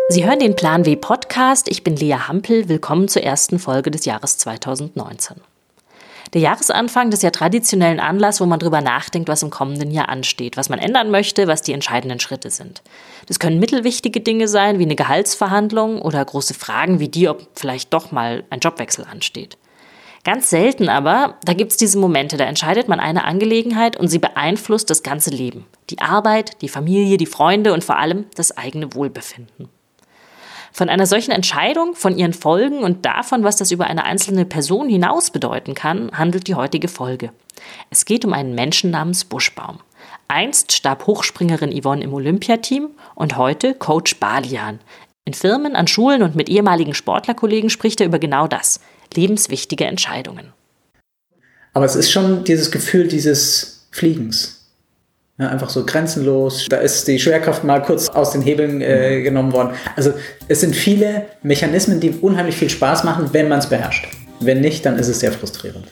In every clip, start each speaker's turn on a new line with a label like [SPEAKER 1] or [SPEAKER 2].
[SPEAKER 1] Sie hören den Plan W Podcast. Ich bin Lea Hampel. Willkommen zur ersten Folge des Jahres 2019. Der Jahresanfang ist ja traditionell ein Anlass, wo man drüber nachdenkt, was im kommenden Jahr ansteht, was man ändern möchte, was die entscheidenden Schritte sind. Das können mittelwichtige Dinge sein, wie eine Gehaltsverhandlung oder große Fragen wie die, ob vielleicht doch mal ein Jobwechsel ansteht. Ganz selten aber, da gibt es diese Momente, da entscheidet man eine Angelegenheit und sie beeinflusst das ganze Leben. Die Arbeit, die Familie, die Freunde und vor allem das eigene Wohlbefinden. Von einer solchen Entscheidung, von ihren Folgen und davon, was das über eine einzelne Person hinaus bedeuten kann, handelt die heutige Folge. Es geht um einen Menschen namens Buschbaum. Einst starb Hochspringerin Yvonne im Olympiateam und heute Coach Balian. In Firmen, an Schulen und mit ehemaligen Sportlerkollegen spricht er über genau das: lebenswichtige Entscheidungen.
[SPEAKER 2] Aber es ist schon dieses Gefühl dieses Fliegens. Ja, einfach so grenzenlos. Da ist die Schwerkraft mal kurz aus den Hebeln genommen worden. Also es sind viele Mechanismen, die unheimlich viel Spaß machen, wenn man es beherrscht. Wenn nicht, dann ist es sehr frustrierend.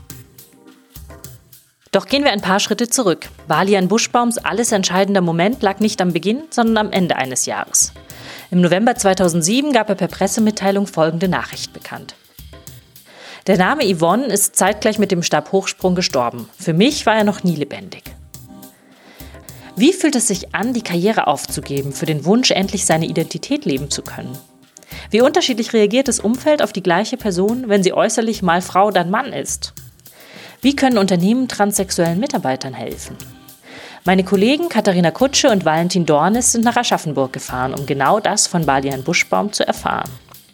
[SPEAKER 1] Doch gehen wir ein paar Schritte zurück. Balian Buschbaums alles entscheidender Moment lag nicht am Beginn, sondern am Ende eines Jahres. Im November 2007 gab er per Pressemitteilung folgende Nachricht bekannt. Der Name Yvonne ist zeitgleich mit dem Stabhochsprung gestorben. Für mich war er noch nie lebendig. Wie fühlt es sich an, die Karriere aufzugeben, für den Wunsch, endlich seine Identität leben zu können? Wie unterschiedlich reagiert das Umfeld auf die gleiche Person, wenn sie äußerlich mal Frau, dann Mann ist? Wie können Unternehmen transsexuellen Mitarbeitern helfen? Meine Kollegen Katharina Kutsche und Valentin Dornis sind nach Aschaffenburg gefahren, um genau das von Balian Buschbaum zu erfahren.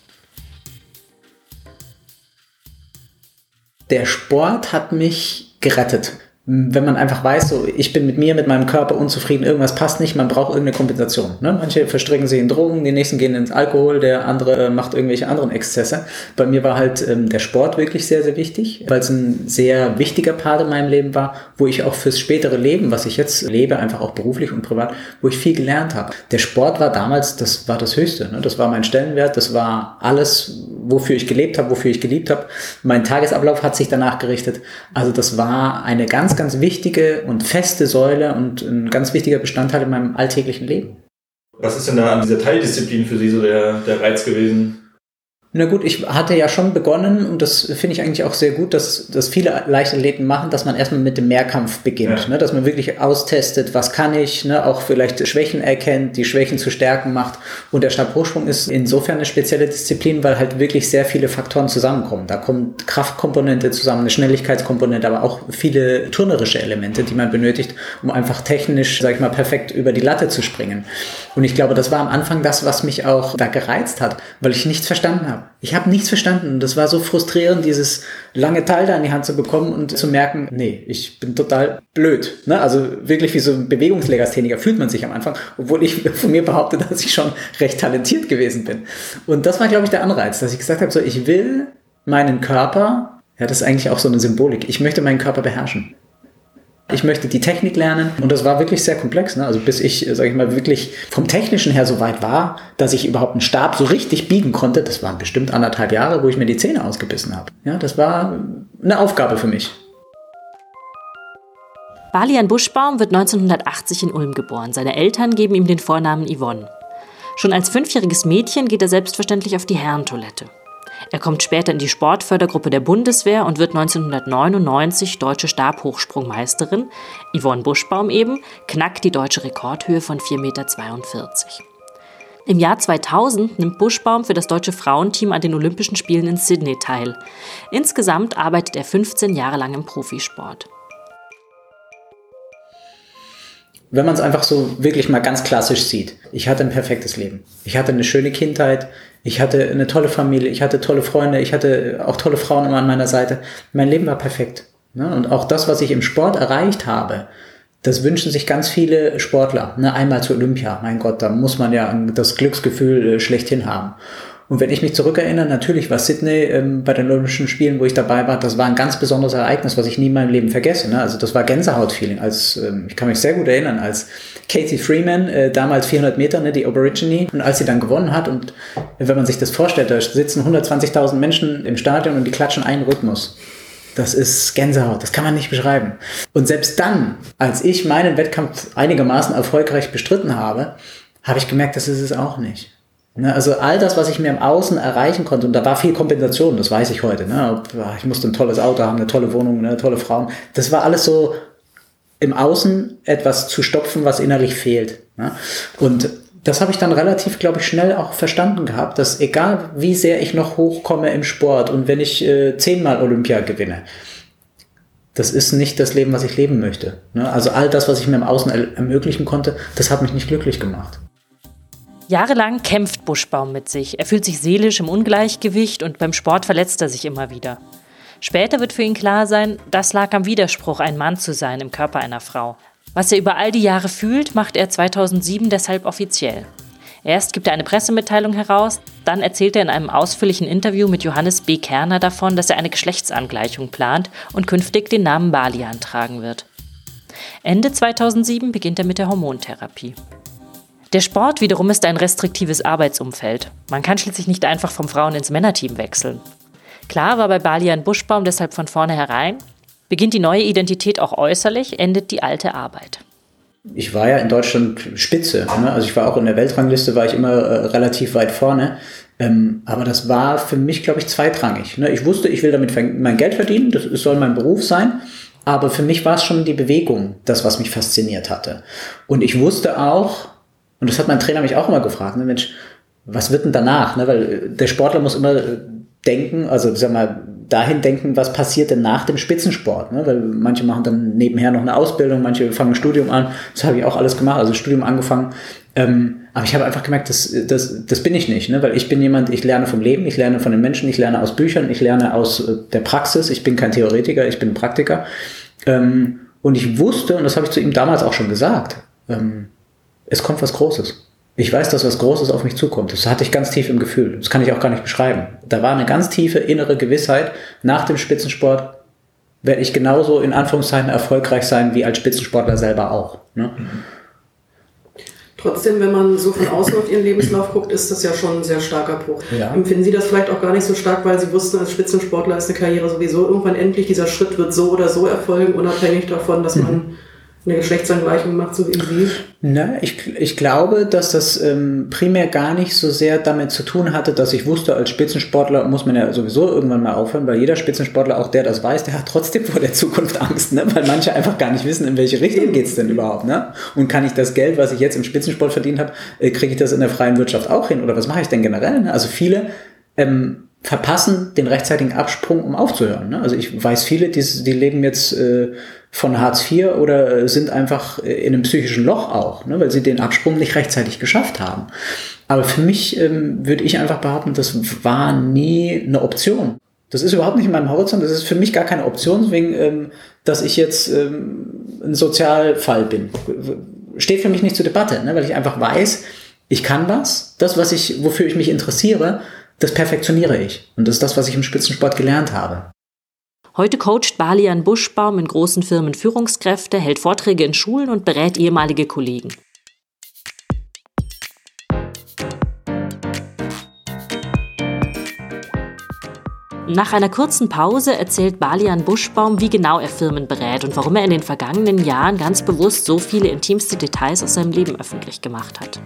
[SPEAKER 2] Der Sport hat mich gerettet. Wenn man einfach weiß, so, ich bin mit mir, mit meinem Körper unzufrieden, irgendwas passt nicht, man braucht irgendeine Kompensation. Ne? Manche verstricken sich in Drogen, die nächsten gehen ins Alkohol, der andere macht irgendwelche anderen Exzesse. Bei mir war halt der Sport wirklich sehr, sehr wichtig, weil es ein sehr wichtiger Part in meinem Leben war, wo ich auch fürs spätere Leben, was ich jetzt lebe, einfach auch beruflich und privat, wo ich viel gelernt habe. Der Sport war damals, das war das Höchste. Ne? Das war mein Stellenwert, das war alles, wofür ich gelebt habe, wofür ich geliebt habe. Mein Tagesablauf hat sich danach gerichtet. Also das war eine ganz wichtige und feste Säule und ein ganz wichtiger Bestandteil in meinem alltäglichen Leben.
[SPEAKER 3] Was ist denn da an dieser Teildisziplin für Sie so der Reiz gewesen?
[SPEAKER 2] Na gut, ich hatte ja schon begonnen und das finde ich eigentlich auch sehr gut, dass viele Leichtathleten machen, dass man erstmal mit dem Mehrkampf beginnt,
[SPEAKER 3] ja.
[SPEAKER 2] Ne, dass man wirklich austestet, was kann ich, ne, auch vielleicht Schwächen erkennt, die Schwächen zu Stärken macht. Und der Stabhochsprung ist insofern eine spezielle Disziplin, weil halt wirklich sehr viele Faktoren zusammenkommen. Da kommt Kraftkomponente zusammen, eine Schnelligkeitskomponente, aber auch viele turnerische Elemente, die man benötigt, um einfach technisch, sag ich mal, perfekt über die Latte zu springen. Und ich glaube, das war am Anfang das, was mich auch da gereizt hat, weil ich nichts verstanden habe. Ich habe nichts verstanden und das war so frustrierend, dieses lange Teil da in die Hand zu bekommen und zu merken, nee, ich bin total blöd. Ne? Also wirklich wie so ein Bewegungslegastheniker fühlt man sich am Anfang, obwohl ich von mir behaupte, dass ich schon recht talentiert gewesen bin. Und das war, glaube ich, der Anreiz, dass ich gesagt habe, so, ich will meinen Körper, ja, das ist eigentlich auch so eine Symbolik, ich möchte meinen Körper beherrschen. Ich möchte die Technik lernen und das war wirklich sehr komplex, ne? Also bis ich, sage ich mal, wirklich vom Technischen her so weit war, dass ich überhaupt einen Stab so richtig biegen konnte, das waren bestimmt 1,5 Jahre, wo ich mir die Zähne ausgebissen habe. Ja, das war eine Aufgabe für mich.
[SPEAKER 1] Balian Buschbaum wird 1980 in Ulm geboren. Seine Eltern geben ihm den Vornamen Yvonne. Schon als 5-jähriges Mädchen geht er selbstverständlich auf die Herrentoilette. Er kommt später in die Sportfördergruppe der Bundeswehr und wird 1999 deutsche Stabhochsprungmeisterin. Yvonne Buschbaum eben knackt die deutsche Rekordhöhe von 4,42 Meter. Im Jahr 2000 nimmt Buschbaum für das deutsche Frauenteam an den Olympischen Spielen in Sydney teil. Insgesamt arbeitet er 15 Jahre lang im Profisport.
[SPEAKER 2] Wenn man es einfach so wirklich mal ganz klassisch sieht. Ich hatte ein perfektes Leben. Ich hatte eine schöne Kindheit. Ich hatte eine tolle Familie. Ich hatte tolle Freunde. Ich hatte auch tolle Frauen immer an meiner Seite. Mein Leben war perfekt. Und auch das, was ich im Sport erreicht habe, das wünschen sich ganz viele Sportler. Einmal zur Olympia. Mein Gott, da muss man ja das Glücksgefühl schlechthin haben. Und wenn ich mich zurückerinnere, natürlich war Sydney bei den Olympischen Spielen, wo ich dabei war, das war ein ganz besonderes Ereignis, was ich nie in meinem Leben vergesse. Ne? Also das war Gänsehaut-Feeling. Ich kann mich sehr gut erinnern, als Katie Freeman, damals 400 Meter, ne, die Aborigine, und als sie dann gewonnen hat, und wenn man sich das vorstellt, da sitzen 120.000 Menschen im Stadion und die klatschen einen Rhythmus. Das ist Gänsehaut, das kann man nicht beschreiben. Und selbst dann, als ich meinen Wettkampf einigermaßen erfolgreich bestritten habe, habe ich gemerkt, das ist es auch nicht. Ne, also all das, was ich mir im Außen erreichen konnte, und da war viel Kompensation, das weiß ich heute. Ne? Ich musste ein tolles Auto haben, eine tolle Wohnung, eine tolle Frau. Das war alles so im Außen etwas zu stopfen, was innerlich fehlt. Ne? Und das habe ich dann relativ, glaube ich, schnell auch verstanden gehabt, dass egal wie sehr ich noch hochkomme im Sport und wenn ich 10-mal Olympia gewinne, das ist nicht das Leben, was ich leben möchte. Ne? Also all das, was ich mir im Außen ermöglichen konnte, das hat mich nicht glücklich gemacht.
[SPEAKER 1] Jahrelang kämpft Buschbaum mit sich. Er fühlt sich seelisch im Ungleichgewicht und beim Sport verletzt er sich immer wieder. Später wird für ihn klar sein, das lag am Widerspruch, ein Mann zu sein im Körper einer Frau. Was er über all die Jahre fühlt, macht er 2007 deshalb offiziell. Erst gibt er eine Pressemitteilung heraus, dann erzählt er in einem ausführlichen Interview mit Johannes B. Kerner davon, dass er eine Geschlechtsangleichung plant und künftig den Namen Balian tragen wird. Ende 2007 beginnt er mit der Hormontherapie. Der Sport wiederum ist ein restriktives Arbeitsumfeld. Man kann schließlich nicht einfach vom Frauen- ins Männerteam wechseln. Klar war bei Balian Buschbaum deshalb von vornherein, beginnt die neue Identität auch äußerlich, endet die alte Arbeit.
[SPEAKER 2] Ich war ja in Deutschland Spitze. Ne? Also ich war auch in der Weltrangliste, war ich immer relativ weit vorne. Aber das war für mich, glaube ich, zweitrangig. Ne? Ich wusste, ich will damit mein Geld verdienen, das soll mein Beruf sein. Aber für mich war es schon die Bewegung, das, was mich fasziniert hatte. Und ich wusste auch, und das hat mein Trainer mich auch immer gefragt, ne, Mensch, was wird denn danach? Ne? Weil der Sportler muss immer denken, also sag mal, dahin denken, was passiert denn nach dem Spitzensport? Ne? Weil manche machen dann nebenher noch eine Ausbildung, manche fangen ein Studium an. Das habe ich auch alles gemacht, also Studium angefangen. Aber ich habe einfach gemerkt, das bin ich nicht. Ne? Weil ich bin jemand, ich lerne vom Leben, ich lerne von den Menschen, ich lerne aus Büchern, ich lerne aus der Praxis. Ich bin kein Theoretiker, ich bin ein Praktiker. Und ich wusste, und das habe ich zu ihm damals auch schon gesagt, es kommt was Großes. Ich weiß, dass was Großes auf mich zukommt. Das hatte ich ganz tief im Gefühl. Das kann ich auch gar nicht beschreiben. Da war eine ganz tiefe innere Gewissheit, nach dem Spitzensport werde ich genauso in Anführungszeichen erfolgreich sein, wie als Spitzensportler selber auch. Ne?
[SPEAKER 4] Trotzdem, wenn man so von außen auf Ihren Lebenslauf guckt, ist das ja schon ein sehr starker Bruch. Ja. Empfinden Sie das vielleicht auch gar nicht so stark, weil Sie wussten, als Spitzensportler ist eine Karriere sowieso irgendwann endlich, dieser Schritt wird so oder so erfolgen, unabhängig davon, dass man eine Geschlechtsangleichung macht, so wie Sie?
[SPEAKER 2] Ne, ich glaube, dass das primär gar nicht so sehr damit zu tun hatte, dass ich wusste, als Spitzensportler muss man ja sowieso irgendwann mal aufhören, weil jeder Spitzensportler, auch der das weiß, der hat trotzdem vor der Zukunft Angst, ne? Weil manche einfach gar nicht wissen, in welche Richtung geht's denn überhaupt. Ne? Und kann ich das Geld, was ich jetzt im Spitzensport verdient habe, kriege ich das in der freien Wirtschaft auch hin? Oder was mache ich denn generell? Ne? Also viele verpassen den rechtzeitigen Absprung, um aufzuhören. Ne? Also ich weiß viele, die leben jetzt von Hartz IV oder sind einfach in einem psychischen Loch auch, ne? Weil sie den Absprung nicht rechtzeitig geschafft haben. Aber für mich würde ich einfach behaupten, das war nie eine Option. Das ist überhaupt nicht in meinem Horizont, das ist für mich gar keine Option, deswegen, dass ich jetzt ein Sozialfall bin. Steht für mich nicht zur Debatte, ne? Weil ich einfach weiß, ich kann was, wofür ich mich interessiere, das perfektioniere ich. Und das ist das, was ich im Spitzensport gelernt habe.
[SPEAKER 1] Heute coacht Balian Buschbaum in großen Firmen Führungskräfte, hält Vorträge in Schulen und berät ehemalige Kollegen. Nach einer kurzen Pause erzählt Balian Buschbaum, wie genau er Firmen berät und warum er in den vergangenen Jahren ganz bewusst so viele intimste Details aus seinem Leben öffentlich gemacht hat.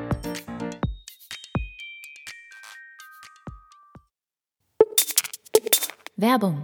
[SPEAKER 5] Werbung.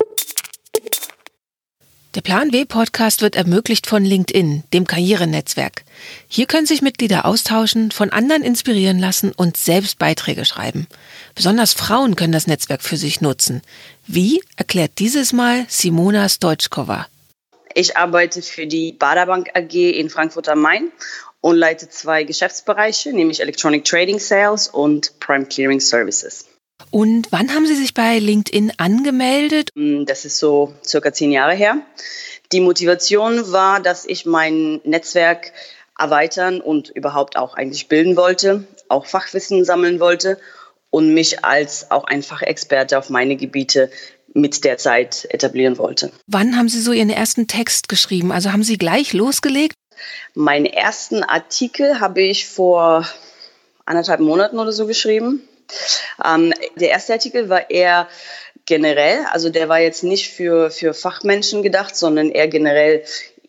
[SPEAKER 5] Der Plan W Podcast wird ermöglicht von LinkedIn, dem Karrierenetzwerk. Hier können sich Mitglieder austauschen, von anderen inspirieren lassen und selbst Beiträge schreiben. Besonders Frauen können das Netzwerk für sich nutzen. Wie, erklärt dieses Mal Simona Stojkova.
[SPEAKER 6] Ich arbeite für die Baderbank AG in Frankfurt am Main und leite 2 Geschäftsbereiche, nämlich Electronic Trading Sales und Prime Clearing Services.
[SPEAKER 5] Und wann haben Sie sich bei LinkedIn angemeldet?
[SPEAKER 6] Das ist so circa 10 Jahre her. Die Motivation war, dass ich mein Netzwerk erweitern und überhaupt auch eigentlich bilden wollte, auch Fachwissen sammeln wollte und mich als auch ein Fachexperte auf meine Gebiete mit der Zeit etablieren wollte.
[SPEAKER 5] Wann haben Sie so Ihren ersten Text geschrieben? Also haben Sie gleich losgelegt?
[SPEAKER 6] Meinen ersten Artikel habe ich vor 1,5 Monaten oder so geschrieben. Der erste Artikel war eher generell, also der war jetzt nicht für Fachmenschen gedacht, sondern eher generell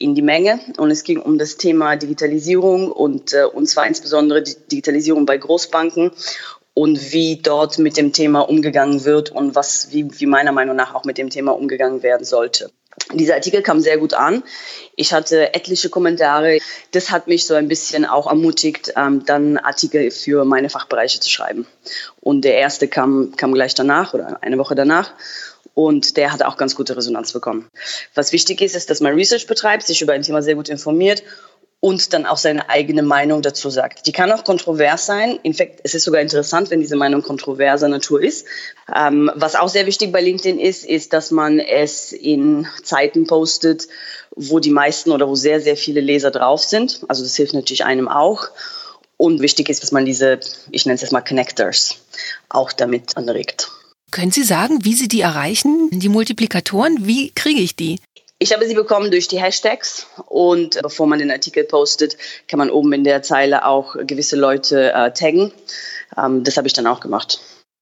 [SPEAKER 6] in die Menge und es ging um das Thema Digitalisierung und zwar insbesondere die Digitalisierung bei Großbanken und wie dort mit dem Thema umgegangen wird und wie meiner Meinung nach auch mit dem Thema umgegangen werden sollte. Dieser Artikel kam sehr gut an. Ich hatte etliche Kommentare. Das hat mich so ein bisschen auch ermutigt, dann Artikel für meine Fachbereiche zu schreiben. Und der erste kam gleich danach oder eine Woche danach. Und der hat auch ganz gute Resonanz bekommen. Was wichtig ist, dass man Research betreibt, sich über ein Thema sehr gut informiert und dann auch seine eigene Meinung dazu sagt. Die kann auch kontrovers sein. In fact, es ist sogar interessant, wenn diese Meinung kontroverser Natur ist. Was auch sehr wichtig bei LinkedIn ist, dass man es in Zeiten postet, wo die meisten oder wo sehr, sehr viele Leser drauf sind. Also das hilft natürlich einem auch. Und wichtig ist, dass man diese, ich nenne es jetzt mal Connectors, auch damit anregt.
[SPEAKER 5] Können Sie sagen, wie Sie die erreichen, die Multiplikatoren? Wie kriege ich die?
[SPEAKER 6] Ich habe sie bekommen durch die Hashtags und bevor man den Artikel postet, kann man oben in der Zeile auch gewisse Leute taggen. Das habe ich dann auch gemacht.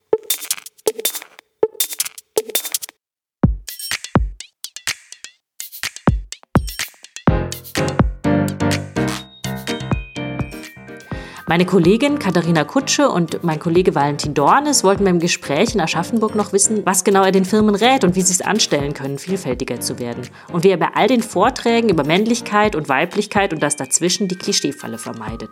[SPEAKER 1] Meine Kollegin Katharina Kutsche und mein Kollege Valentin Dornes wollten beim Gespräch in Aschaffenburg noch wissen, was genau er den Firmen rät und wie sie es anstellen können, vielfältiger zu werden. Und wie er bei all den Vorträgen über Männlichkeit und Weiblichkeit und das dazwischen die Klischeefalle vermeidet.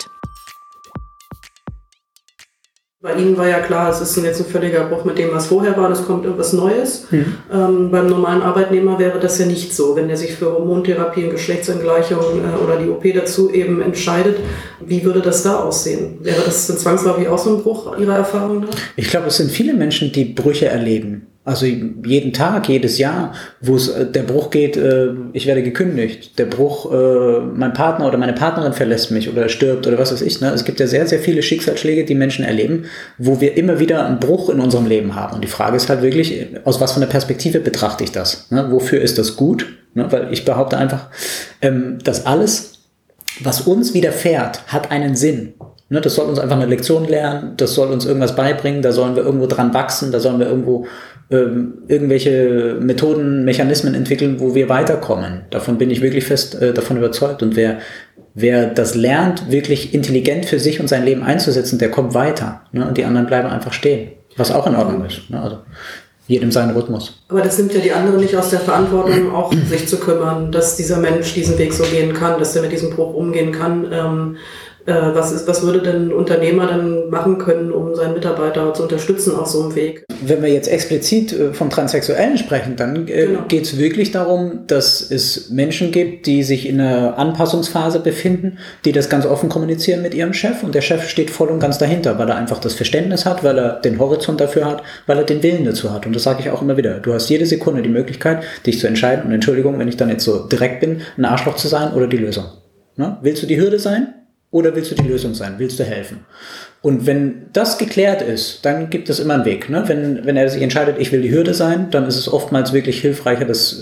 [SPEAKER 4] Bei Ihnen war ja klar, es ist jetzt ein völliger Bruch mit dem, was vorher war, es kommt irgendwas Neues. Beim normalen Arbeitnehmer wäre das ja nicht so. Wenn er sich für Hormontherapie, Geschlechtsangleichung oder die OP dazu eben entscheidet, wie würde das da aussehen? Wäre das zwangsläufig auch so ein Bruch Ihrer Erfahrung nach?
[SPEAKER 2] Ich glaube, es sind viele Menschen, die Brüche erleben. Also jeden Tag, jedes Jahr, wo es der Bruch geht, ich werde gekündigt, der Bruch, mein Partner oder meine Partnerin verlässt mich oder stirbt oder was weiß ich. Ne? Es gibt ja sehr, sehr viele Schicksalsschläge, die Menschen erleben, wo wir immer wieder einen Bruch in unserem Leben haben. Und die Frage ist halt wirklich, aus was für einer Perspektive betrachte ich das? Ne? Wofür ist das gut? Ne? Weil ich behaupte einfach, dass alles, was uns widerfährt, hat einen Sinn. Ne, das soll uns einfach eine Lektion lernen, das soll uns irgendwas beibringen, da sollen wir irgendwo dran wachsen, da sollen wir irgendwo irgendwelche Methoden, Mechanismen entwickeln, wo wir weiterkommen. Davon bin ich wirklich fest davon überzeugt. Und wer das lernt, wirklich intelligent für sich und sein Leben einzusetzen, der kommt weiter. Ne? Und die anderen bleiben einfach stehen, was auch in Ordnung ist. Ne? Also jedem seinen Rhythmus.
[SPEAKER 4] Aber das nimmt ja die anderen nicht aus der Verantwortung, auch sich zu kümmern, dass dieser Mensch diesen Weg so gehen kann, dass er mit diesem Bruch umgehen kann. Was würde denn ein Unternehmer dann machen können, um seinen Mitarbeiter zu unterstützen auf so einem Weg?
[SPEAKER 2] Wenn wir jetzt explizit vom Transsexuellen sprechen, dann geht es wirklich darum, dass es Menschen gibt, die sich in einer Anpassungsphase befinden, die das ganz offen kommunizieren mit ihrem Chef und der Chef steht voll und ganz dahinter, weil er einfach das Verständnis hat, weil er den Horizont dafür hat, weil er den Willen dazu hat. Und das sage ich auch immer wieder. Du hast jede Sekunde die Möglichkeit, dich zu entscheiden und Entschuldigung, wenn ich dann jetzt so direkt bin, ein Arschloch zu sein oder die Lösung. Ne? Willst du die Hürde sein? Oder willst du die Lösung sein? Willst du helfen? Und wenn das geklärt ist, dann gibt es immer einen Weg. Ne? Wenn er sich entscheidet, ich will die Hürde sein, dann ist es oftmals wirklich hilfreicher,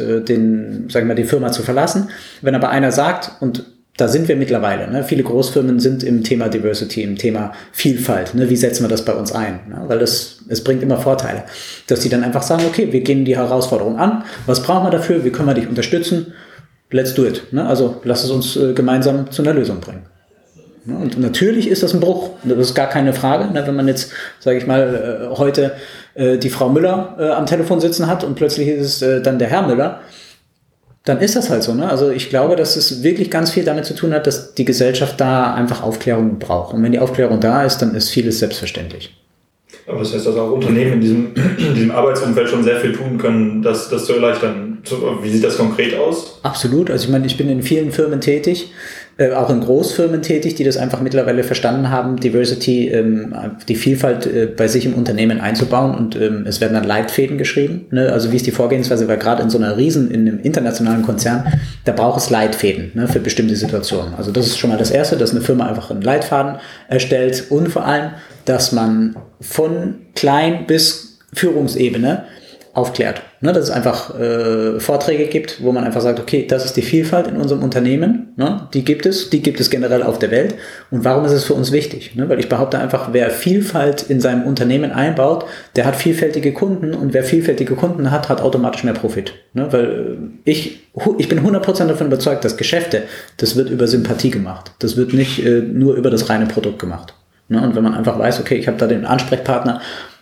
[SPEAKER 2] die Firma zu verlassen. Wenn aber einer sagt, und da sind wir mittlerweile, ne? Viele Großfirmen sind im Thema Diversity, im Thema Vielfalt. Ne? Wie setzen wir das bei uns ein? Ne? Weil es bringt immer Vorteile. Dass die dann einfach sagen, okay, wir gehen die Herausforderung an. Was brauchen wir dafür? Wie können wir dich unterstützen? Let's do it. Ne? Also lass es uns gemeinsam zu einer Lösung bringen. Und natürlich ist das ein Bruch, das ist gar keine Frage. Wenn man jetzt, sage ich mal, heute die Frau Müller am Telefon sitzen hat und plötzlich ist es dann der Herr Müller, dann ist das halt so. Ne? Also ich glaube, dass es wirklich ganz viel damit zu tun hat, dass die Gesellschaft da einfach Aufklärung braucht. Und wenn die Aufklärung da ist, dann ist vieles selbstverständlich.
[SPEAKER 3] Aber das heißt, dass auch Unternehmen in diesem Arbeitsumfeld schon sehr viel tun können, das zu erleichtern. Wie sieht das konkret aus?
[SPEAKER 2] Absolut. Also ich meine, ich bin in vielen Firmen tätig, auch in Großfirmen tätig, die das einfach mittlerweile verstanden haben, Diversity, die Vielfalt bei sich im Unternehmen einzubauen und es werden dann Leitfäden geschrieben. Ne? Also wie ist die Vorgehensweise, weil gerade in so einer in einem internationalen Konzern, da braucht es Leitfäden, ne, für bestimmte Situationen. Also das ist schon mal das Erste, dass eine Firma einfach einen Leitfaden erstellt und vor allem, dass man von klein bis Führungsebene aufklärt. Ne, dass es einfach Vorträge gibt, wo man einfach sagt, okay, das ist die Vielfalt in unserem Unternehmen, ne, die gibt es generell auf der Welt und warum ist es für uns wichtig? Ne, weil ich behaupte einfach, wer Vielfalt in seinem Unternehmen einbaut, der hat vielfältige Kunden und wer vielfältige Kunden hat, hat automatisch mehr Profit. Ne, weil ich bin 100% davon überzeugt, dass Geschäfte, das wird über Sympathie gemacht. Das wird nicht nur über das reine Produkt gemacht. Ne, und wenn man einfach weiß, okay, ich habe da den Ansprechpartner,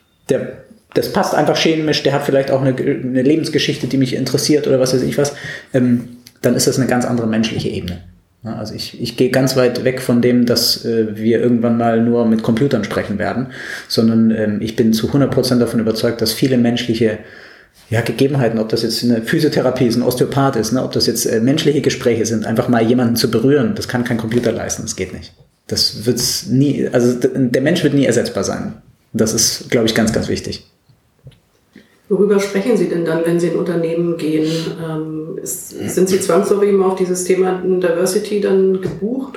[SPEAKER 2] das passt einfach chemisch, der hat vielleicht auch eine Lebensgeschichte, die mich interessiert oder was weiß ich was, dann ist das eine ganz andere menschliche Ebene. Ja, also ich gehe ganz weit weg von dem, dass wir irgendwann mal nur mit Computern sprechen werden, sondern ich bin zu 100% davon überzeugt, dass viele menschliche Gegebenheiten, ob das jetzt eine Physiotherapie ist, ein Osteopath ist, ne, ob das jetzt menschliche Gespräche sind, einfach mal jemanden zu berühren, das kann kein Computer leisten, das geht nicht. Das wird's nie, also der Mensch wird nie ersetzbar sein. Das ist, glaube ich, ganz, ganz wichtig.
[SPEAKER 4] Worüber sprechen Sie denn dann, wenn Sie in Unternehmen gehen? Sind Sie zwangsläufig immer auf dieses Thema Diversity dann gebucht?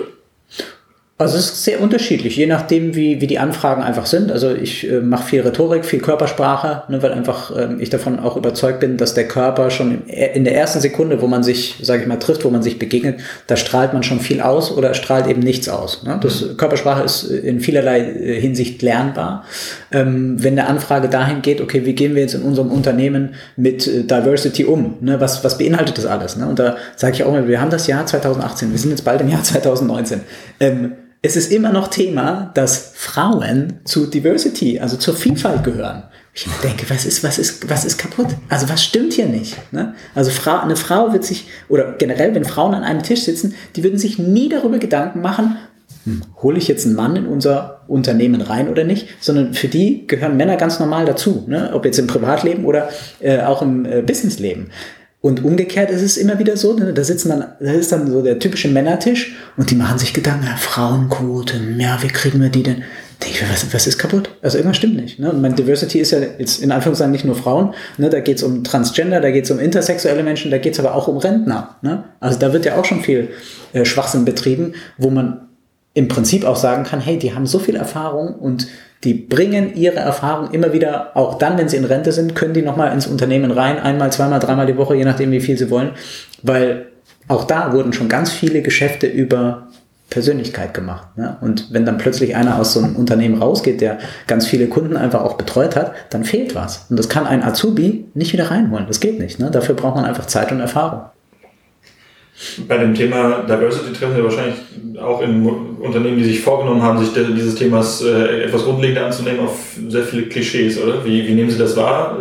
[SPEAKER 2] Also es ist sehr unterschiedlich, je nachdem, wie die Anfragen einfach sind. Also ich mache viel Rhetorik, viel Körpersprache, ne, weil einfach ich davon auch überzeugt bin, dass der Körper schon in der ersten Sekunde, wo man sich, sage ich mal, trifft, wo man sich begegnet, da strahlt man schon viel aus oder strahlt eben nichts aus. Ne? Körpersprache ist in vielerlei Hinsicht lernbar. Wenn eine Anfrage dahin geht, okay, wie gehen wir jetzt in unserem Unternehmen mit Diversity um? Ne? Was beinhaltet das alles? Ne? Und da sage ich auch mal, wir haben das Jahr 2018, wir sind jetzt bald im Jahr 2019. Es ist immer noch Thema, dass Frauen zu Diversity, also zur Vielfalt gehören. Ich denke, was ist kaputt? Also was stimmt hier nicht? Ne? Also eine Frau wird sich, oder generell, wenn Frauen an einem Tisch sitzen, die würden sich nie darüber Gedanken machen, hole ich jetzt einen Mann in unser Unternehmen rein oder nicht, sondern für die gehören Männer ganz normal dazu, ne? Ob jetzt im Privatleben oder auch im Businessleben. Und umgekehrt ist es immer wieder so, ne, da ist dann so der typische Männertisch und die machen sich Gedanken, Frauenquote, wie kriegen wir die denn? Denke ich, was ist kaputt? Also irgendwas stimmt nicht. Ne? Und meine Diversity ist ja jetzt in Anführungszeichen nicht nur Frauen, ne? Da geht es um Transgender, da geht es um intersexuelle Menschen, da geht es aber auch um Rentner. Ne? Also da wird ja auch schon viel Schwachsinn betrieben, wo man im Prinzip auch sagen kann, hey, die haben so viel Erfahrung und die bringen ihre Erfahrung immer wieder, auch dann, wenn sie in Rente sind, können die nochmal ins Unternehmen rein, einmal, zweimal, dreimal die Woche, je nachdem, wie viel sie wollen, weil auch da wurden schon ganz viele Geschäfte über Persönlichkeit gemacht. Ne? Und wenn dann plötzlich einer aus so einem Unternehmen rausgeht, der ganz viele Kunden einfach auch betreut hat, dann fehlt was. Und das kann ein Azubi nicht wieder reinholen. Das geht nicht. Ne? Dafür braucht man einfach Zeit und Erfahrung.
[SPEAKER 3] Bei dem Thema Diversity treffen wir wahrscheinlich auch in Unternehmen, die sich vorgenommen haben, sich dieses Themas etwas grundlegender anzunehmen, auf sehr viele Klischees, oder? Wie nehmen Sie das wahr?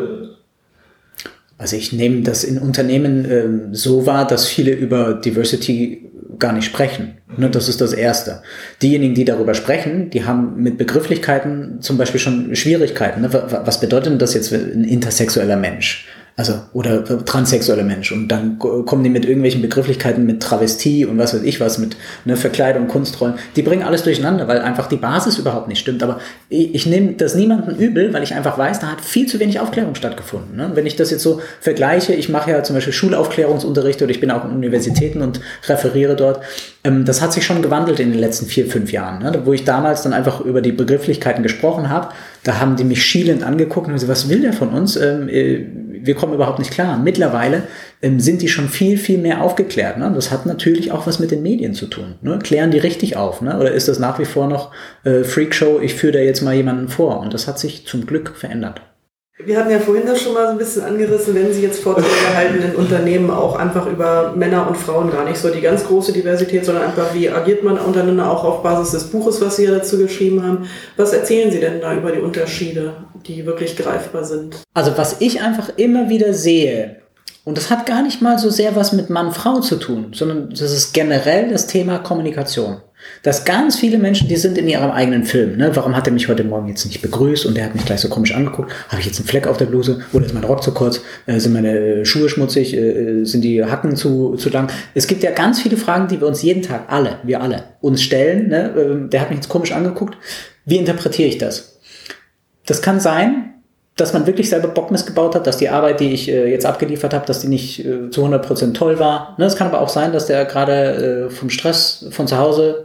[SPEAKER 2] Also ich nehme das in Unternehmen so wahr, dass viele über Diversity gar nicht sprechen. Ne, das ist das Erste. Diejenigen, die darüber sprechen, die haben mit Begrifflichkeiten zum Beispiel schon Schwierigkeiten. Ne? Was bedeutet denn das jetzt ein intersexueller Mensch? Also, oder transsexueller Mensch. Und dann kommen die mit irgendwelchen Begrifflichkeiten mit Travestie und was weiß ich was, mit Verkleidung, Kunstrollen. Die bringen alles durcheinander, weil einfach die Basis überhaupt nicht stimmt. Aber ich nehme das niemandem übel, weil ich einfach weiß, da hat viel zu wenig Aufklärung stattgefunden. Ne? Wenn ich das jetzt so vergleiche, ich mache ja zum Beispiel Schulaufklärungsunterricht oder ich bin auch in Universitäten und referiere dort. Das hat sich schon gewandelt in den letzten 4-5 Jahren. Ne? Wo ich damals dann einfach über die Begrifflichkeiten gesprochen habe, da haben die mich schielend angeguckt und gesagt, was will der von uns? Wir kommen überhaupt nicht klar. Mittlerweile sind die schon viel, viel mehr aufgeklärt. Ne? Das hat natürlich auch was mit den Medien zu tun. Ne? Klären die richtig auf? Ne? Oder ist das nach wie vor noch Freakshow, ich führe da jetzt mal jemanden vor? Und das hat sich zum Glück verändert.
[SPEAKER 4] Wir hatten ja vorhin das schon mal so ein bisschen angerissen, wenn Sie jetzt Vorträge halten in Unternehmen auch einfach über Männer und Frauen, gar nicht so die ganz große Diversität, sondern einfach, wie agiert man untereinander, auch auf Basis des Buches, was Sie ja dazu geschrieben haben. Was erzählen Sie denn da über die Unterschiede, die wirklich greifbar sind?
[SPEAKER 2] Also was ich einfach immer wieder sehe, und das hat gar nicht mal so sehr was mit Mann-Frau zu tun, sondern das ist generell das Thema Kommunikation. Dass ganz viele Menschen, die sind in ihrem eigenen Film. Ne? Warum hat er mich heute Morgen jetzt nicht begrüßt und der hat mich gleich so komisch angeguckt? Habe ich jetzt einen Fleck auf der Bluse? Oder ist mein Rock zu kurz? Sind meine Schuhe schmutzig? Sind die Hacken zu lang? Es gibt ja ganz viele Fragen, die wir uns jeden Tag, wir alle, uns stellen. Ne? Der hat mich jetzt komisch angeguckt. Wie interpretiere ich das? Das kann sein, dass man wirklich selber Bockmist gebaut hat, dass die Arbeit, die ich jetzt abgeliefert habe, dass die nicht zu 100% toll war. Ne? Es kann aber auch sein, dass der gerade vom Stress von zu Hause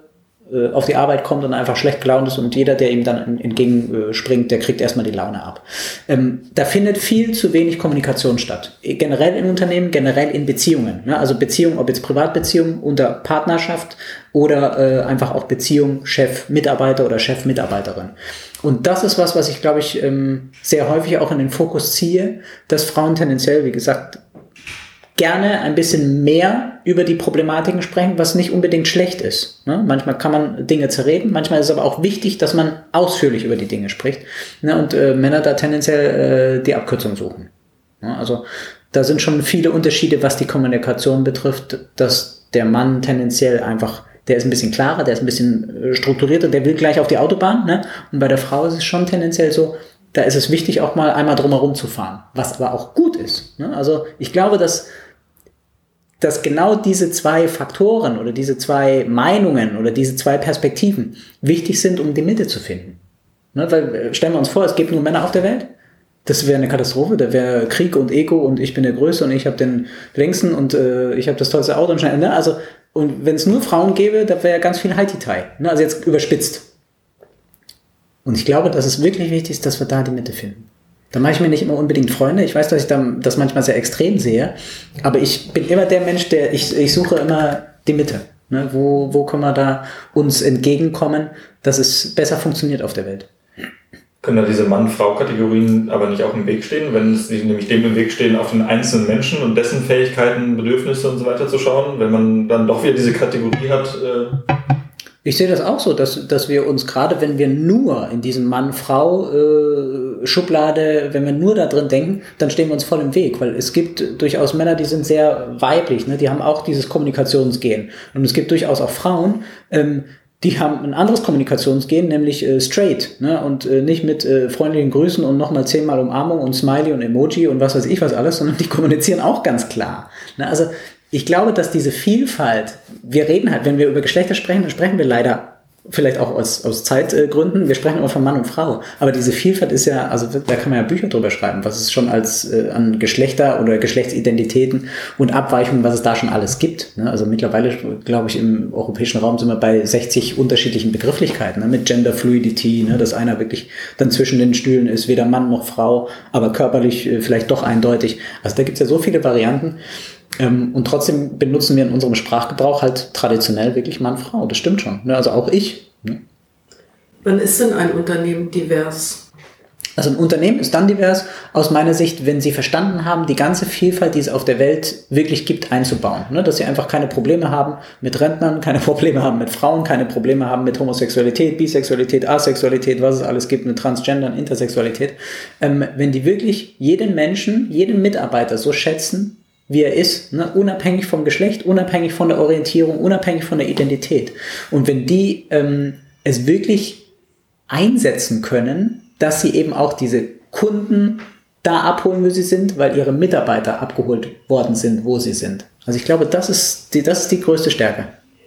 [SPEAKER 2] auf die Arbeit kommt und einfach schlecht gelaunt ist und jeder, der ihm dann entgegenspringt, der kriegt erstmal die Laune ab. Da findet viel zu wenig Kommunikation statt. Generell in Unternehmen, generell in Beziehungen. Ne? Also Beziehungen, ob jetzt Privatbeziehungen unter Partnerschaft oder einfach auch Beziehung Chef-Mitarbeiter oder Chef-Mitarbeiterin. Und das ist was ich, glaube ich, sehr häufig auch in den Fokus ziehe, dass Frauen tendenziell, wie gesagt, gerne ein bisschen mehr über die Problematiken sprechen, was nicht unbedingt schlecht ist. Ne? Manchmal kann man Dinge zerreden, manchmal ist es aber auch wichtig, dass man ausführlich über die Dinge spricht. Ne? Und Männer da tendenziell die Abkürzung suchen. Ne? Also da sind schon viele Unterschiede, was die Kommunikation betrifft, dass der Mann tendenziell einfach, der ist ein bisschen klarer, der ist ein bisschen strukturierter, der will gleich auf die Autobahn. Ne? Und bei der Frau ist es schon tendenziell so, da ist es wichtig, auch mal einmal drumherum zu fahren, was aber auch gut ist. Ne? Also ich glaube, dass genau diese zwei Faktoren oder diese zwei Meinungen oder diese zwei Perspektiven wichtig sind, um die Mitte zu finden. Ne? Weil stellen wir uns vor, es gibt nur Männer auf der Welt. Das wäre eine Katastrophe, da wäre Krieg und Ego und ich bin der Größte und ich habe den längsten und ich habe das tollste Auto und schnell. Ne? Also, und wenn es nur Frauen gäbe, da wäre ganz viel Haititai. Ne? Also jetzt überspitzt. Und ich glaube, dass es wirklich wichtig ist, dass wir da die Mitte finden. Da mache ich mir nicht immer unbedingt Freunde. Ich weiß, dass ich das manchmal sehr extrem sehe. Aber ich bin immer der Mensch, ich suche immer die Mitte. Ne? Wo können wir da uns entgegenkommen, dass es besser funktioniert auf der Welt?
[SPEAKER 3] Können da diese Mann-Frau-Kategorien aber nicht auch im Weg stehen, wenn es nicht nämlich dem im Weg stehen, auf den einzelnen Menschen und dessen Fähigkeiten, Bedürfnisse und so weiter zu schauen, wenn man dann doch wieder diese Kategorie hat?
[SPEAKER 2] Ich sehe das auch so, dass wir uns gerade, wenn wir nur in diesem Mann-Frau-Schublade, wenn wir nur da drin denken, dann stehen wir uns voll im Weg, weil es gibt durchaus Männer, die sind sehr weiblich, ne? Die haben auch dieses Kommunikationsgen. Und es gibt durchaus auch Frauen, die haben ein anderes Kommunikationsgen, nämlich straight, ne? Und nicht mit freundlichen Grüßen und nochmal 10-mal Umarmung und Smiley und Emoji und was weiß ich was alles, sondern die kommunizieren auch ganz klar. Ne? Also ich glaube, dass diese Vielfalt, wir reden halt, wenn wir über Geschlechter sprechen, dann sprechen wir leider, vielleicht auch aus Zeitgründen, wir sprechen immer von Mann und Frau, aber diese Vielfalt ist ja, also da kann man ja Bücher drüber schreiben, was es schon als an Geschlechter oder Geschlechtsidentitäten und Abweichungen, was es da schon alles gibt. Ne? Also mittlerweile, glaube ich, im europäischen Raum sind wir bei 60 unterschiedlichen Begrifflichkeiten, ne? Mit Gender Fluidity, ne? Dass einer wirklich dann zwischen den Stühlen ist, weder Mann noch Frau, aber körperlich vielleicht doch eindeutig. Also da gibt es ja so viele Varianten. Und trotzdem benutzen wir in unserem Sprachgebrauch halt traditionell wirklich Mann-Frau. Das stimmt schon. Ne? Also auch ich. Ne?
[SPEAKER 4] Wann ist denn ein Unternehmen divers?
[SPEAKER 2] Also ein Unternehmen ist dann divers, aus meiner Sicht, wenn sie verstanden haben, die ganze Vielfalt, die es auf der Welt wirklich gibt, einzubauen. Ne? Dass sie einfach keine Probleme haben mit Rentnern, keine Probleme haben mit Frauen, keine Probleme haben mit Homosexualität, Bisexualität, Asexualität, was es alles gibt, mit Transgendern, Intersexualität. Wenn die wirklich jeden Menschen, jeden Mitarbeiter so schätzen, wie er ist, ne? Unabhängig vom Geschlecht, unabhängig von der Orientierung, unabhängig von der Identität. Und wenn die es wirklich einsetzen können, dass sie eben auch diese Kunden da abholen, wo sie sind, weil ihre Mitarbeiter abgeholt worden sind, wo sie sind. Also ich glaube, das ist die größte Stärke.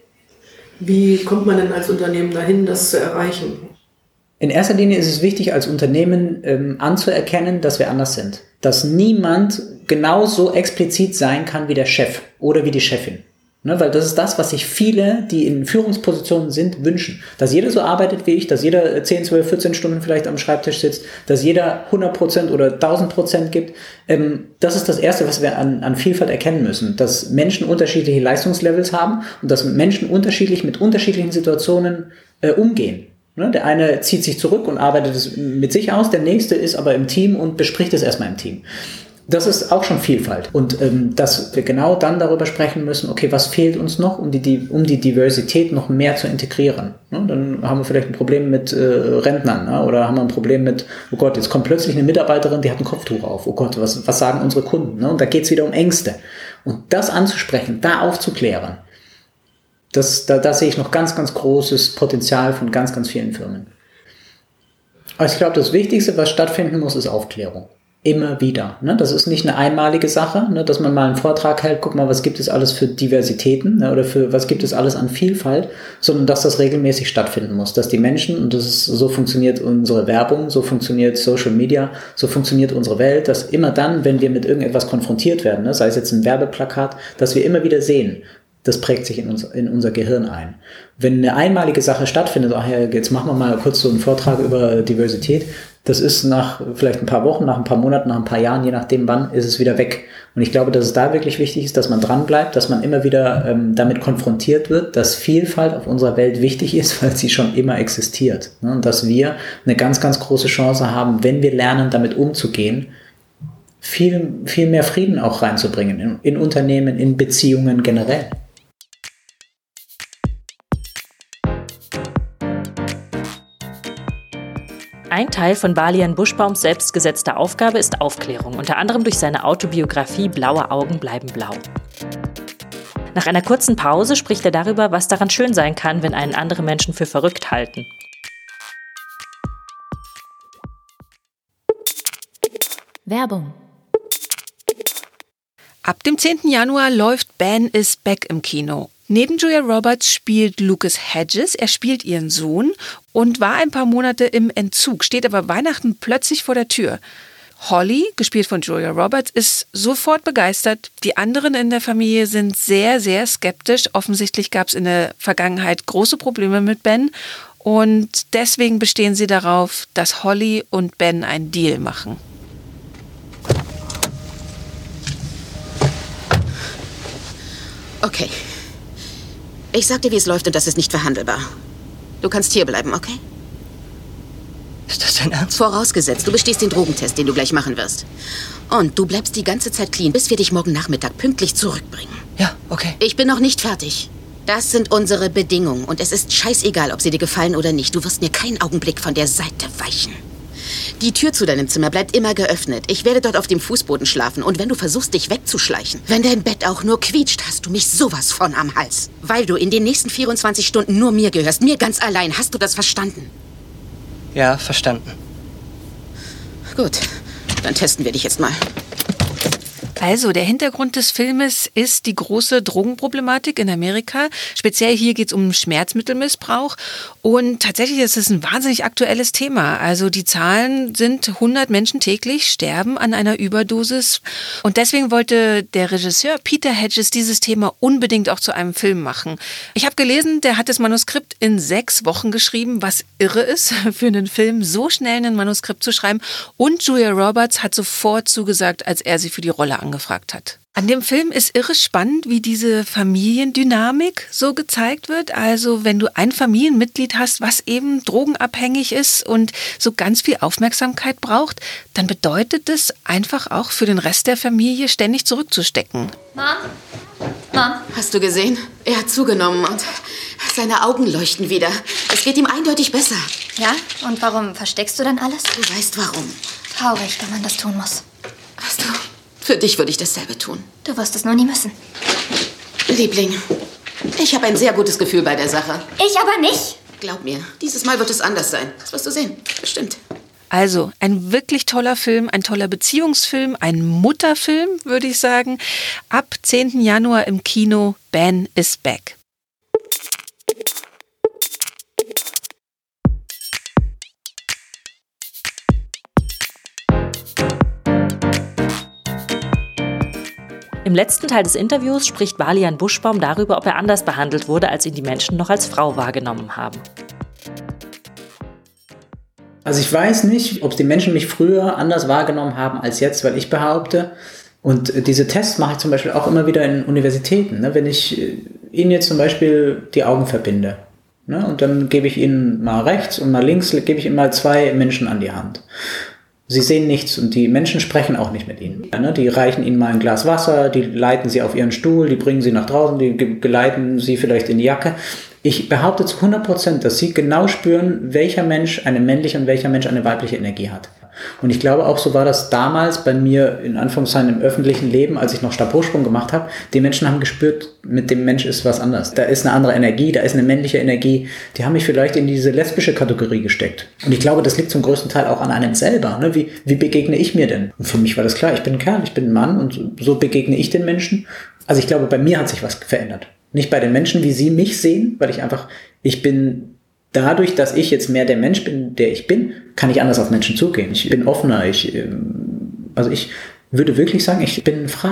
[SPEAKER 4] Wie kommt man denn als Unternehmen dahin, das zu erreichen?
[SPEAKER 2] In erster Linie ist es wichtig, als Unternehmen anzuerkennen, dass wir anders sind. Dass niemand genauso explizit sein kann wie der Chef oder wie die Chefin. Ne, weil das ist das, was sich viele, die in Führungspositionen sind, wünschen. Dass jeder so arbeitet wie ich, dass jeder 10, 12, 14 Stunden vielleicht am Schreibtisch sitzt, dass jeder 100% oder 1000% gibt. Das ist das Erste, was wir an Vielfalt erkennen müssen. Dass Menschen unterschiedliche Leistungslevels haben und dass Menschen unterschiedlich mit unterschiedlichen Situationen umgehen. Ne, der eine zieht sich zurück und arbeitet es mit sich aus, der nächste ist aber im Team und bespricht es erstmal im Team. Das ist auch schon Vielfalt. Und dass wir genau dann darüber sprechen müssen, okay, was fehlt uns noch, um die Diversität noch mehr zu integrieren. Ne? Dann haben wir vielleicht ein Problem mit Rentnern, ne? Oder haben wir ein Problem mit, oh Gott, jetzt kommt plötzlich eine Mitarbeiterin, die hat ein Kopftuch auf. Oh Gott, was sagen unsere Kunden? Ne? Und da geht es wieder um Ängste. Und das anzusprechen, da aufzuklären, da sehe ich noch ganz, ganz großes Potenzial von ganz, ganz vielen Firmen. Aber ich glaube, das Wichtigste, was stattfinden muss, ist Aufklärung. Immer wieder. Ne? Das ist nicht eine einmalige Sache, ne? Dass man mal einen Vortrag hält, guck mal, was gibt es alles für Diversitäten, ne? Oder für was gibt es alles an Vielfalt, sondern dass das regelmäßig stattfinden muss. Dass die Menschen, und so funktioniert unsere Werbung, so funktioniert Social Media, so funktioniert unsere Welt, dass immer dann, wenn wir mit irgendetwas konfrontiert werden, ne? Sei es jetzt ein Werbeplakat, dass wir immer wieder sehen, das prägt sich in unser Gehirn ein. Wenn eine einmalige Sache stattfindet, jetzt machen wir mal kurz so einen Vortrag über Diversität, das ist nach vielleicht ein paar Wochen, nach ein paar Monaten, nach ein paar Jahren, je nachdem wann, ist es wieder weg. Und ich glaube, dass es da wirklich wichtig ist, dass man dran bleibt, dass man immer wieder damit konfrontiert wird, dass Vielfalt auf unserer Welt wichtig ist, weil sie schon immer existiert. Ne? Und dass wir eine ganz, ganz große Chance haben, wenn wir lernen, damit umzugehen, viel, viel mehr Frieden auch reinzubringen in Unternehmen, in Beziehungen generell.
[SPEAKER 1] Ein Teil von Balian Buschbaums selbstgesetzter Aufgabe ist Aufklärung, unter anderem durch seine Autobiografie Blaue Augen bleiben blau. Nach einer kurzen Pause spricht er darüber, was daran schön sein kann, wenn einen andere Menschen für verrückt halten.
[SPEAKER 7] Werbung.
[SPEAKER 5] Ab dem 10. Januar läuft Ben is Back im Kino. Neben Julia Roberts spielt Lucas Hedges, er spielt ihren Sohn und war ein paar Monate im Entzug, steht aber Weihnachten plötzlich vor der Tür. Holly, gespielt von Julia Roberts, ist sofort begeistert. Die anderen in der Familie sind sehr, sehr skeptisch. Offensichtlich gab es in der Vergangenheit große Probleme mit Ben und deswegen bestehen sie darauf, dass Holly und Ben einen Deal machen.
[SPEAKER 8] Okay. Ich sag dir, wie es läuft und das ist nicht verhandelbar. Du kannst hier bleiben, okay?
[SPEAKER 9] Ist das dein Ernst?
[SPEAKER 8] Vorausgesetzt, du bestehst den Drogentest, den du gleich machen wirst. Und du bleibst die ganze Zeit clean, bis wir dich morgen Nachmittag pünktlich zurückbringen.
[SPEAKER 9] Ja, okay.
[SPEAKER 8] Ich bin noch nicht fertig. Das sind unsere Bedingungen und es ist scheißegal, ob sie dir gefallen oder nicht. Du wirst mir keinen Augenblick von der Seite weichen. Die Tür zu deinem Zimmer bleibt immer geöffnet. Ich werde dort auf dem Fußboden schlafen. Und wenn du versuchst, dich wegzuschleichen, wenn dein Bett auch nur quietscht, hast du mich sowas von am Hals. Weil du in den nächsten 24 Stunden nur mir gehörst. Mir ganz allein. Hast du das verstanden?
[SPEAKER 9] Ja, verstanden.
[SPEAKER 8] Gut, dann testen wir dich jetzt mal.
[SPEAKER 5] Also, der Hintergrund des Filmes ist die große Drogenproblematik in Amerika. Speziell hier geht es um Schmerzmittelmissbrauch. Und tatsächlich ist es ein wahnsinnig aktuelles Thema. Also die Zahlen sind 100 Menschen täglich sterben an einer Überdosis. Und deswegen wollte der Regisseur Peter Hedges dieses Thema unbedingt auch zu einem Film machen. Ich habe gelesen, der hat das Manuskript in 6 Wochen geschrieben, was irre ist, für einen Film so schnell ein Manuskript zu schreiben. Und Julia Roberts hat sofort zugesagt, als er sie für die Rolle angefragt hat. An dem Film ist irre spannend, wie diese Familiendynamik so gezeigt wird. Also wenn du ein Familienmitglied hast, was eben drogenabhängig ist und so ganz viel Aufmerksamkeit braucht, dann bedeutet es einfach auch für den Rest der Familie ständig zurückzustecken.
[SPEAKER 8] Mom? Hast du gesehen? Er hat zugenommen und seine Augen leuchten wieder. Es geht ihm eindeutig besser.
[SPEAKER 7] Ja? Und warum versteckst du dann alles?
[SPEAKER 8] Du weißt warum.
[SPEAKER 7] Traurig, wenn man das tun muss.
[SPEAKER 8] Weißt du, für dich würde ich dasselbe tun.
[SPEAKER 7] Du wirst es nur nie müssen.
[SPEAKER 8] Liebling, ich habe ein sehr gutes Gefühl bei der Sache.
[SPEAKER 7] Ich aber nicht.
[SPEAKER 8] Glaub mir, dieses Mal wird es anders sein. Das wirst du sehen. Bestimmt.
[SPEAKER 5] Also ein wirklich toller Film, ein toller Beziehungsfilm, ein Mutterfilm, würde ich sagen. Ab 10. Januar im Kino, Ben is Back.
[SPEAKER 1] Im letzten Teil des Interviews spricht Balian Buschbaum darüber, ob er anders behandelt wurde, als ihn die Menschen noch als Frau wahrgenommen haben.
[SPEAKER 2] Also ich weiß nicht, ob die Menschen mich früher anders wahrgenommen haben als jetzt, weil ich behaupte, und diese Tests mache ich zum Beispiel auch immer wieder in Universitäten, ne? Wenn ich ihnen jetzt zum Beispiel die Augen verbinde, ne? Und dann gebe ich ihnen mal rechts und mal links, gebe ich ihnen mal 2 Menschen an die Hand. Sie sehen nichts und die Menschen sprechen auch nicht mit ihnen. Die reichen ihnen mal ein Glas Wasser, die leiten sie auf ihren Stuhl, die bringen sie nach draußen, die geleiten sie vielleicht in die Jacke. Ich behaupte zu 100%, dass sie genau spüren, welcher Mensch eine männliche und welcher Mensch eine weibliche Energie hat. Und ich glaube auch, so war das damals bei mir, in Anführungszeichen im öffentlichen Leben, als ich noch Stabhochsprung gemacht habe. Die Menschen haben gespürt, mit dem Mensch ist was anders. Da ist eine andere Energie, da ist eine männliche Energie. Die haben mich vielleicht in diese lesbische Kategorie gesteckt. Und ich glaube, das liegt zum größten Teil auch an einem selber. Ne? Wie begegne ich mir denn? Und für mich war das klar, ich bin ein Kerl, ich bin ein Mann und so begegne ich den Menschen. Also ich glaube, bei mir hat sich was verändert. Nicht bei den Menschen, wie sie mich sehen, weil ich bin dadurch, dass ich jetzt mehr der Mensch bin, der ich bin, kann ich anders auf Menschen zugehen. Ich bin offener. Ich würde wirklich sagen, ich bin frei.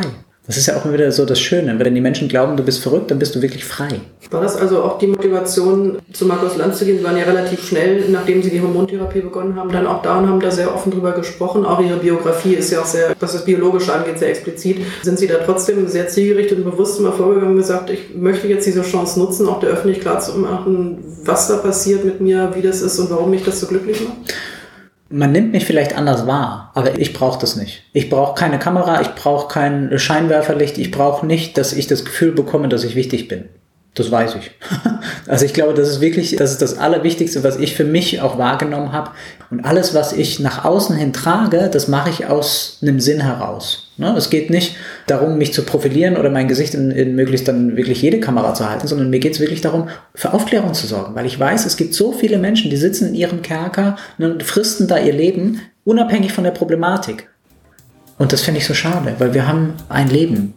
[SPEAKER 2] Das ist ja auch immer wieder so das Schöne. Wenn die Menschen glauben, du bist verrückt, dann bist du wirklich frei.
[SPEAKER 4] War das also auch die Motivation, zu Markus Lanz zu gehen? Sie waren ja relativ schnell, nachdem Sie die Hormontherapie begonnen haben, dann auch da und haben da sehr offen drüber gesprochen. Auch Ihre Biografie ist ja auch sehr, was das Biologische angeht, sehr explizit. Sind Sie da trotzdem sehr zielgerichtet und bewusst mal vorgegangen und gesagt, ich möchte jetzt diese Chance nutzen, auch der Öffentlichkeit klarzumachen, was da passiert mit mir, wie das ist und warum mich das so glücklich macht?
[SPEAKER 2] Man nimmt mich vielleicht anders wahr, aber ich brauche das nicht. Ich brauche keine Kamera, ich brauche kein Scheinwerferlicht, ich brauche nicht, dass ich das Gefühl bekomme, dass ich wichtig bin. Das weiß ich. Also ich glaube, das ist das Allerwichtigste, was ich für mich auch wahrgenommen habe. Und alles, was ich nach außen hin trage, das mache ich aus einem Sinn heraus. Es geht nicht darum, mich zu profilieren oder mein Gesicht in möglichst dann wirklich jede Kamera zu halten, sondern mir geht es wirklich darum, für Aufklärung zu sorgen. Weil ich weiß, es gibt so viele Menschen, die sitzen in ihrem Kerker und fristen da ihr Leben, unabhängig von der Problematik. Und das finde ich so schade, weil wir haben ein Leben.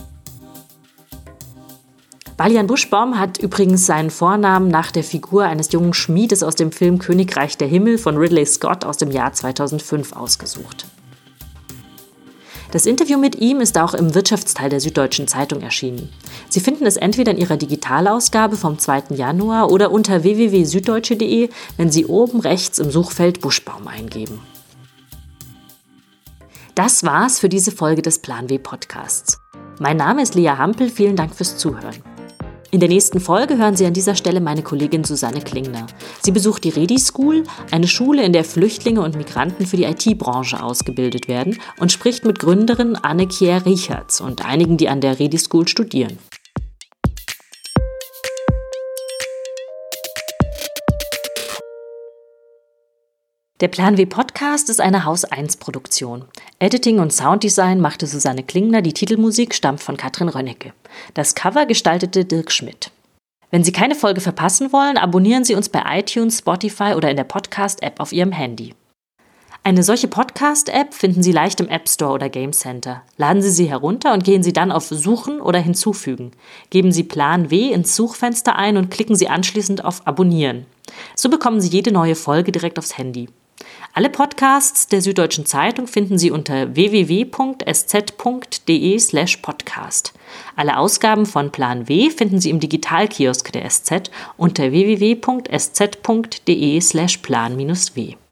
[SPEAKER 1] Balian Buschbaum hat übrigens seinen Vornamen nach der Figur eines jungen Schmiedes aus dem Film Königreich der Himmel von Ridley Scott aus dem Jahr 2005 ausgesucht. Das Interview mit ihm ist auch im Wirtschaftsteil der Süddeutschen Zeitung erschienen. Sie finden es entweder in ihrer Digitalausgabe vom 2. Januar oder unter www.süddeutsche.de, wenn Sie oben rechts im Suchfeld Buschbaum eingeben. Das war's für diese Folge des Plan W Podcasts. Mein Name ist Lea Hampel, vielen Dank fürs Zuhören. In der nächsten Folge hören Sie an dieser Stelle meine Kollegin Susanne Klingner. Sie besucht die Redi School, eine Schule, in der Flüchtlinge und Migranten für die IT-Branche ausgebildet werden, und spricht mit Gründerin Anne-Kier Richards und einigen, die an der Redi School studieren. Der Plan W Podcast ist eine Haus-1-Produktion. Editing und Sounddesign machte Susanne Klingner, die Titelmusik stammt von Katrin Rönnecke. Das Cover gestaltete Dirk Schmidt. Wenn Sie keine Folge verpassen wollen, abonnieren Sie uns bei iTunes, Spotify oder in der Podcast-App auf Ihrem Handy. Eine solche Podcast-App finden Sie leicht im App Store oder Game Center. Laden Sie sie herunter und gehen Sie dann auf Suchen oder Hinzufügen. Geben Sie Plan W ins Suchfenster ein und klicken Sie anschließend auf Abonnieren. So bekommen Sie jede neue Folge direkt aufs Handy. Alle Podcasts der Süddeutschen Zeitung finden Sie unter www.sz.de/podcast. Alle Ausgaben von Plan W finden Sie im Digitalkiosk der SZ unter www.sz.de/plan-w.